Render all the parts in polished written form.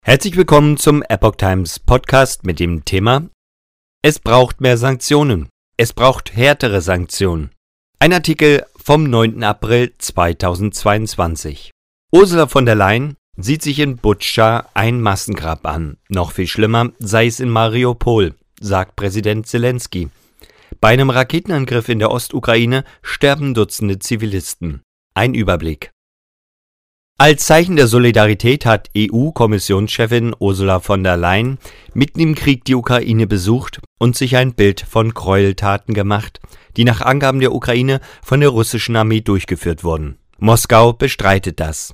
Herzlich willkommen zum Epoch Times Podcast mit dem Thema: Es braucht mehr Sanktionen. Es braucht härtere Sanktionen. Ein Artikel vom 9. April 2022. Ursula von der Leyen sieht sich in Butscha ein Massengrab an. Noch viel schlimmer sei es in Mariupol, sagt Präsident Zelensky. Bei einem Raketenangriff in der Ostukraine sterben Dutzende Zivilisten. Ein Überblick. Als Zeichen der Solidarität hat EU-Kommissionschefin Ursula von der Leyen mitten im Krieg die Ukraine besucht und sich ein Bild von Gräueltaten gemacht, die nach Angaben der Ukraine von der russischen Armee durchgeführt wurden. Moskau bestreitet das.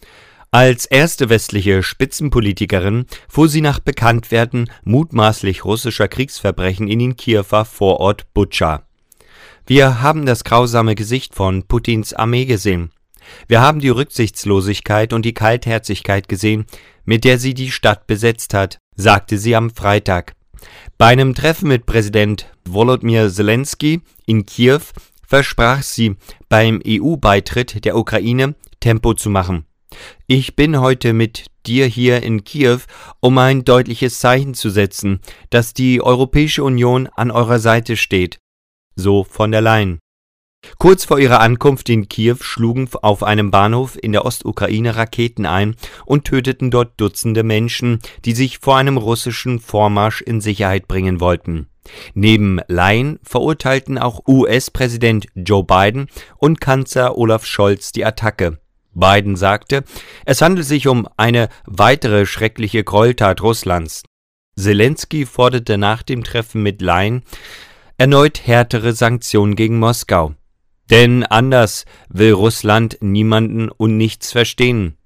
Als erste westliche Spitzenpolitikerin fuhr sie nach Bekanntwerden mutmaßlich russischer Kriegsverbrechen in den Kiewer Vorort Butscha. Wir haben das grausame Gesicht von Putins Armee gesehen. Wir haben die Rücksichtslosigkeit und die Kaltherzigkeit gesehen, mit der sie die Stadt besetzt hat, sagte sie am Freitag. Bei einem Treffen mit Präsident Volodymyr Zelensky in Kiew versprach sie, beim EU-Beitritt der Ukraine Tempo zu machen. Ich bin heute mit dir hier in Kiew, um ein deutliches Zeichen zu setzen, dass die Europäische Union an eurer Seite steht, so von der Leyen. Kurz vor ihrer Ankunft in Kiew schlugen auf einem Bahnhof in der Ostukraine Raketen ein und töteten dort Dutzende Menschen, die sich vor einem russischen Vormarsch in Sicherheit bringen wollten. Neben Leyen verurteilten auch US-Präsident Joe Biden und Kanzler Olaf Scholz die Attacke. Biden sagte, es handelt sich um eine weitere schreckliche Gräueltat Russlands. Zelensky forderte nach dem Treffen mit Leyen erneut härtere Sanktionen gegen Moskau. Denn anders will Russland niemanden und nichts verstehen.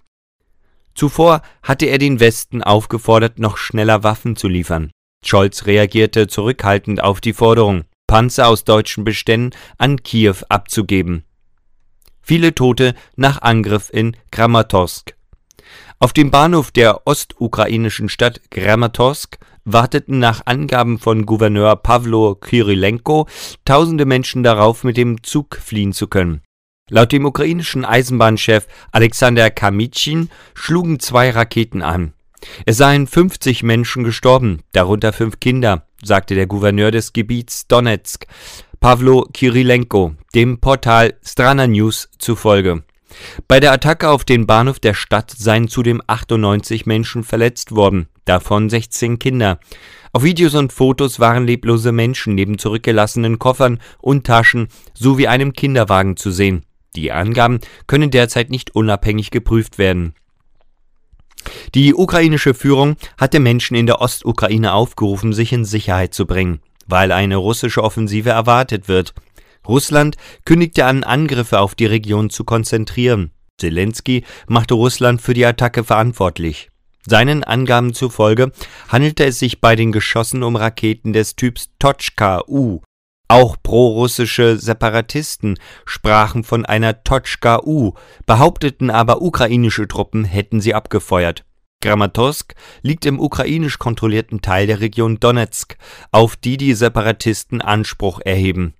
Zuvor hatte er den Westen aufgefordert, noch schneller Waffen zu liefern. Scholz reagierte zurückhaltend auf die Forderung, Panzer aus deutschen Beständen an Kiew abzugeben. Viele Tote nach Angriff in Kramatorsk. Auf dem Bahnhof der ostukrainischen Stadt Kramatorsk warteten nach Angaben von Gouverneur Pawlo Kyrylenko tausende Menschen darauf, mit dem Zug fliehen zu können. Laut dem ukrainischen Eisenbahnchef Alexander Kamytschin schlugen 2 Raketen an. Es seien 50 Menschen gestorben, darunter 5 Kinder, sagte der Gouverneur des Gebiets Donetsk, Pawlo Kyrylenko, dem Portal Strana News zufolge. Bei der Attacke auf den Bahnhof der Stadt seien zudem 98 Menschen verletzt worden, davon 16 Kinder. Auf Videos und Fotos waren leblose Menschen neben zurückgelassenen Koffern und Taschen sowie einem Kinderwagen zu sehen. Die Angaben können derzeit nicht unabhängig geprüft werden. Die ukrainische Führung hatte Menschen in der Ostukraine aufgerufen, sich in Sicherheit zu bringen, weil eine russische Offensive erwartet wird. Russland kündigte an, Angriffe auf die Region zu konzentrieren. Zelensky machte Russland für die Attacke verantwortlich. Seinen Angaben zufolge handelte es sich bei den Geschossen um Raketen des Typs Tochka-U. Auch prorussische Separatisten sprachen von einer Tochka-U, behaupteten aber, ukrainische Truppen hätten sie abgefeuert. Kramatorsk liegt im ukrainisch kontrollierten Teil der Region Donetsk, auf die die Separatisten Anspruch erheben.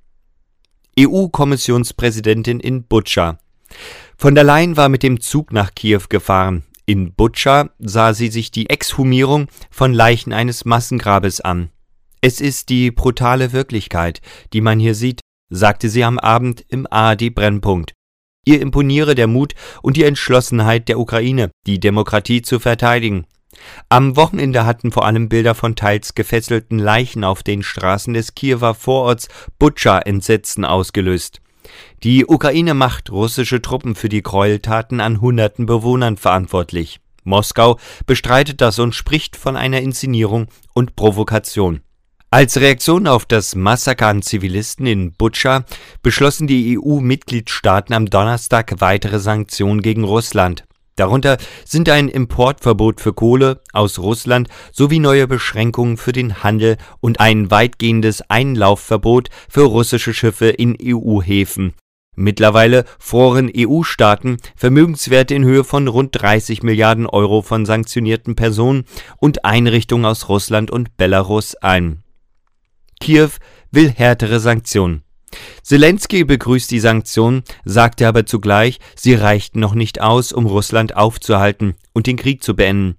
EU-Kommissionspräsidentin in Butscha. Von der Leyen war mit dem Zug nach Kiew gefahren. In Butscha sah sie sich die Exhumierung von Leichen eines Massengrabes an. Es ist die brutale Wirklichkeit, die man hier sieht, sagte sie am Abend im ARD-Brennpunkt. Ihr imponiere der Mut und die Entschlossenheit der Ukraine, die Demokratie zu verteidigen. Am Wochenende hatten vor allem Bilder von teils gefesselten Leichen auf den Straßen des Kiewer Vororts Butscha Entsetzen ausgelöst. Die Ukraine macht russische Truppen für die Gräueltaten an hunderten Bewohnern verantwortlich. Moskau bestreitet das und spricht von einer Inszenierung und Provokation. Als Reaktion auf das Massaker an Zivilisten in Butscha beschlossen die EU-Mitgliedstaaten am Donnerstag weitere Sanktionen gegen Russland. Darunter sind ein Importverbot für Kohle aus Russland sowie neue Beschränkungen für den Handel und ein weitgehendes Einlaufverbot für russische Schiffe in EU-Häfen. Mittlerweile froren EU-Staaten Vermögenswerte in Höhe von rund 30 Milliarden Euro von sanktionierten Personen und Einrichtungen aus Russland und Belarus ein. Kiew will härtere Sanktionen. Zelensky begrüßt die Sanktionen, sagte aber zugleich, sie reichten noch nicht aus, um Russland aufzuhalten und den Krieg zu beenden.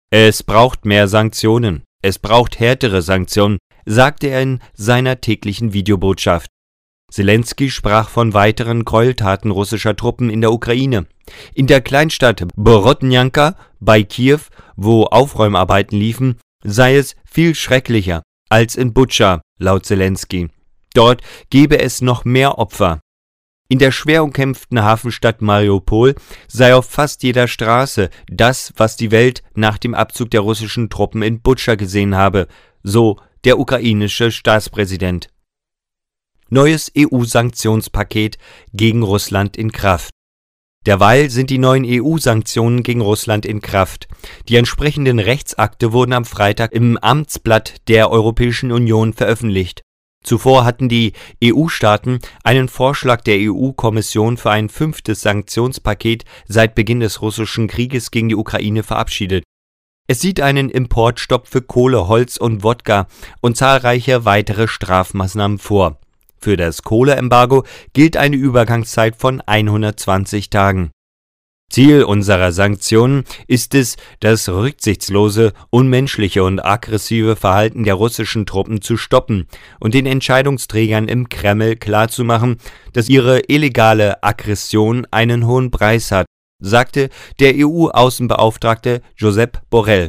Es braucht mehr Sanktionen. Es braucht härtere Sanktionen, sagte er in seiner täglichen Videobotschaft. Selenskyj sprach von weiteren Gräueltaten russischer Truppen in der Ukraine. In der Kleinstadt Borodjanka bei Kiew, wo Aufräumarbeiten liefen, sei es viel schrecklicher als in Butscha, laut Selenskyj. Dort gebe es noch mehr Opfer. In der schwer umkämpften Hafenstadt Mariupol sei auf fast jeder Straße das, was die Welt nach dem Abzug der russischen Truppen in Butscha gesehen habe, so der ukrainische Staatspräsident. Neues EU-Sanktionspaket gegen Russland in Kraft. Derweil sind die neuen EU-Sanktionen gegen Russland in Kraft. Die entsprechenden Rechtsakte wurden am Freitag im Amtsblatt der Europäischen Union veröffentlicht. Zuvor hatten die EU-Staaten einen Vorschlag der EU-Kommission für ein 5. Sanktionspaket seit Beginn des russischen Krieges gegen die Ukraine verabschiedet. Es sieht einen Importstopp für Kohle, Holz und Wodka und zahlreiche weitere Strafmaßnahmen vor. Für das Kohleembargo gilt eine Übergangszeit von 120 Tagen. Ziel unserer Sanktionen ist es, das rücksichtslose, unmenschliche und aggressive Verhalten der russischen Truppen zu stoppen und den Entscheidungsträgern im Kreml klarzumachen, dass ihre illegale Aggression einen hohen Preis hat, sagte der EU-Außenbeauftragte Josep Borrell.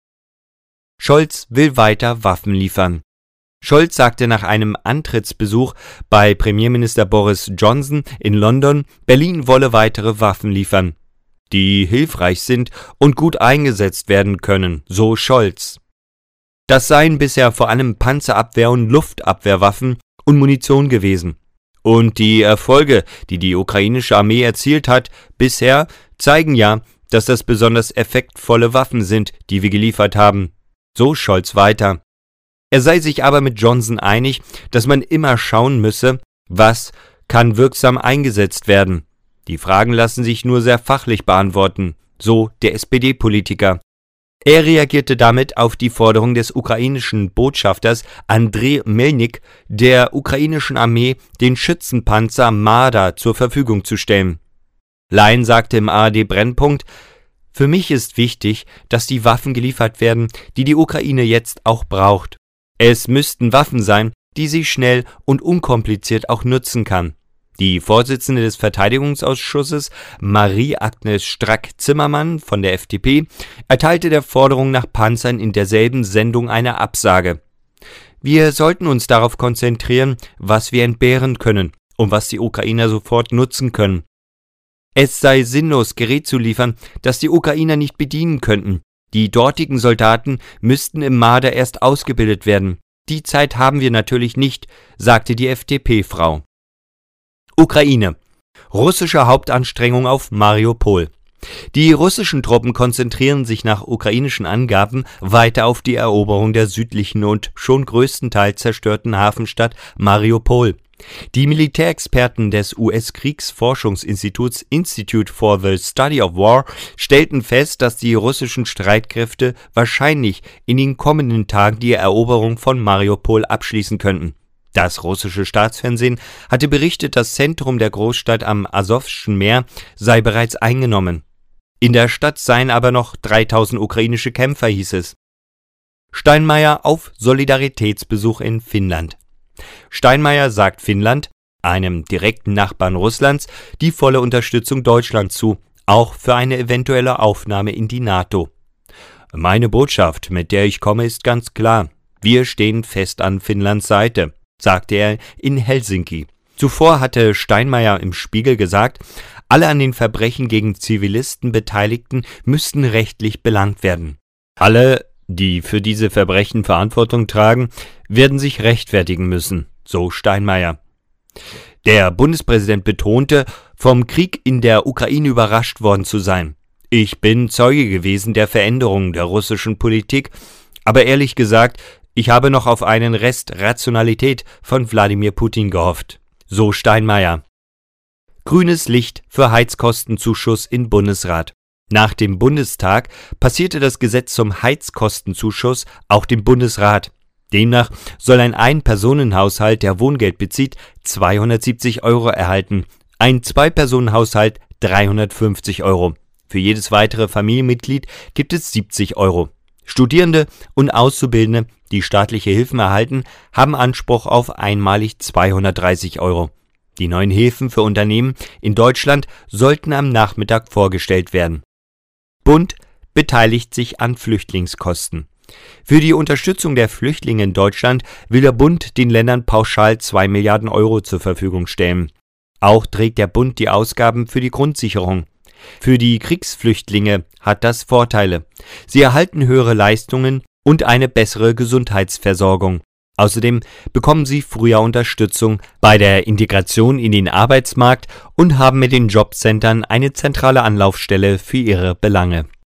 Scholz will weiter Waffen liefern. Scholz sagte nach einem Antrittsbesuch bei Premierminister Boris Johnson in London, Berlin wolle weitere Waffen liefern, die hilfreich sind und gut eingesetzt werden können, so Scholz. Das seien bisher vor allem Panzerabwehr- und Luftabwehrwaffen und Munition gewesen. Und die Erfolge, die die ukrainische Armee erzielt hat, bisher zeigen ja, dass das besonders effektvolle Waffen sind, die wir geliefert haben, so Scholz weiter. Er sei sich aber mit Johnson einig, dass man immer schauen müsse, was kann wirksam eingesetzt werden. Die Fragen lassen sich nur sehr fachlich beantworten, so der SPD-Politiker. Er reagierte damit auf die Forderung des ukrainischen Botschafters Andrei Melnik, der ukrainischen Armee den Schützenpanzer Marder zur Verfügung zu stellen. Leyen sagte im ARD Brennpunkt: Für mich ist wichtig, dass die Waffen geliefert werden, die die Ukraine jetzt auch braucht. Es müssten Waffen sein, die sie schnell und unkompliziert auch nutzen kann. Die Vorsitzende des Verteidigungsausschusses, Marie-Agnes Strack-Zimmermann von der FDP, erteilte der Forderung nach Panzern in derselben Sendung eine Absage. Wir sollten uns darauf konzentrieren, was wir entbehren können und was die Ukrainer sofort nutzen können. Es sei sinnlos, Gerät zu liefern, das die Ukrainer nicht bedienen könnten. Die dortigen Soldaten müssten im Marder erst ausgebildet werden. Die Zeit haben wir natürlich nicht, sagte die FDP-Frau. Ukraine. Russische Hauptanstrengung auf Mariupol. Die russischen Truppen konzentrieren sich nach ukrainischen Angaben weiter auf die Eroberung der südlichen und schon größtenteils zerstörten Hafenstadt Mariupol. Die Militärexperten des US-Kriegsforschungsinstituts Institute for the Study of War stellten fest, dass die russischen Streitkräfte wahrscheinlich in den kommenden Tagen die Eroberung von Mariupol abschließen könnten. Das russische Staatsfernsehen hatte berichtet, das Zentrum der Großstadt am Asowschen Meer sei bereits eingenommen. In der Stadt seien aber noch 3000 ukrainische Kämpfer, hieß es. Steinmeier auf Solidaritätsbesuch in Finnland. Steinmeier sagt Finnland, einem direkten Nachbarn Russlands, die volle Unterstützung Deutschlands zu, auch für eine eventuelle Aufnahme in die NATO. Meine Botschaft, mit der ich komme, ist ganz klar. Wir stehen fest an Finnlands Seite, sagte er in Helsinki. Zuvor hatte Steinmeier im Spiegel gesagt, alle an den Verbrechen gegen Zivilisten Beteiligten müssten rechtlich belangt werden. Alle, die für diese Verbrechen Verantwortung tragen, werden sich rechtfertigen müssen, so Steinmeier. Der Bundespräsident betonte, vom Krieg in der Ukraine überrascht worden zu sein. Ich bin Zeuge gewesen der Veränderungen der russischen Politik, aber ehrlich gesagt, ich habe noch auf einen Rest Rationalität von Wladimir Putin gehofft, so Steinmeier. Grünes Licht für Heizkostenzuschuss in Bundesrat. Nach dem Bundestag passierte das Gesetz zum Heizkostenzuschuss auch dem Bundesrat. Demnach soll ein Ein-Personen-Haushalt, der Wohngeld bezieht, 270 € erhalten, ein Zwei-Personen-Haushalt 350 €. Für jedes weitere Familienmitglied gibt es 70 Euro. Studierende und Auszubildende, die staatliche Hilfen erhalten, haben Anspruch auf einmalig 230 Euro. Die neuen Hilfen für Unternehmen in Deutschland sollten am Nachmittag vorgestellt werden. Bund beteiligt sich an Flüchtlingskosten. Für die Unterstützung der Flüchtlinge in Deutschland will der Bund den Ländern pauschal 2 Milliarden Euro zur Verfügung stellen. Auch trägt der Bund die Ausgaben für die Grundsicherung. Für die Kriegsflüchtlinge hat das Vorteile. Sie erhalten höhere Leistungen und eine bessere Gesundheitsversorgung. Außerdem bekommen sie früher Unterstützung bei der Integration in den Arbeitsmarkt und haben mit den Jobcentern eine zentrale Anlaufstelle für ihre Belange.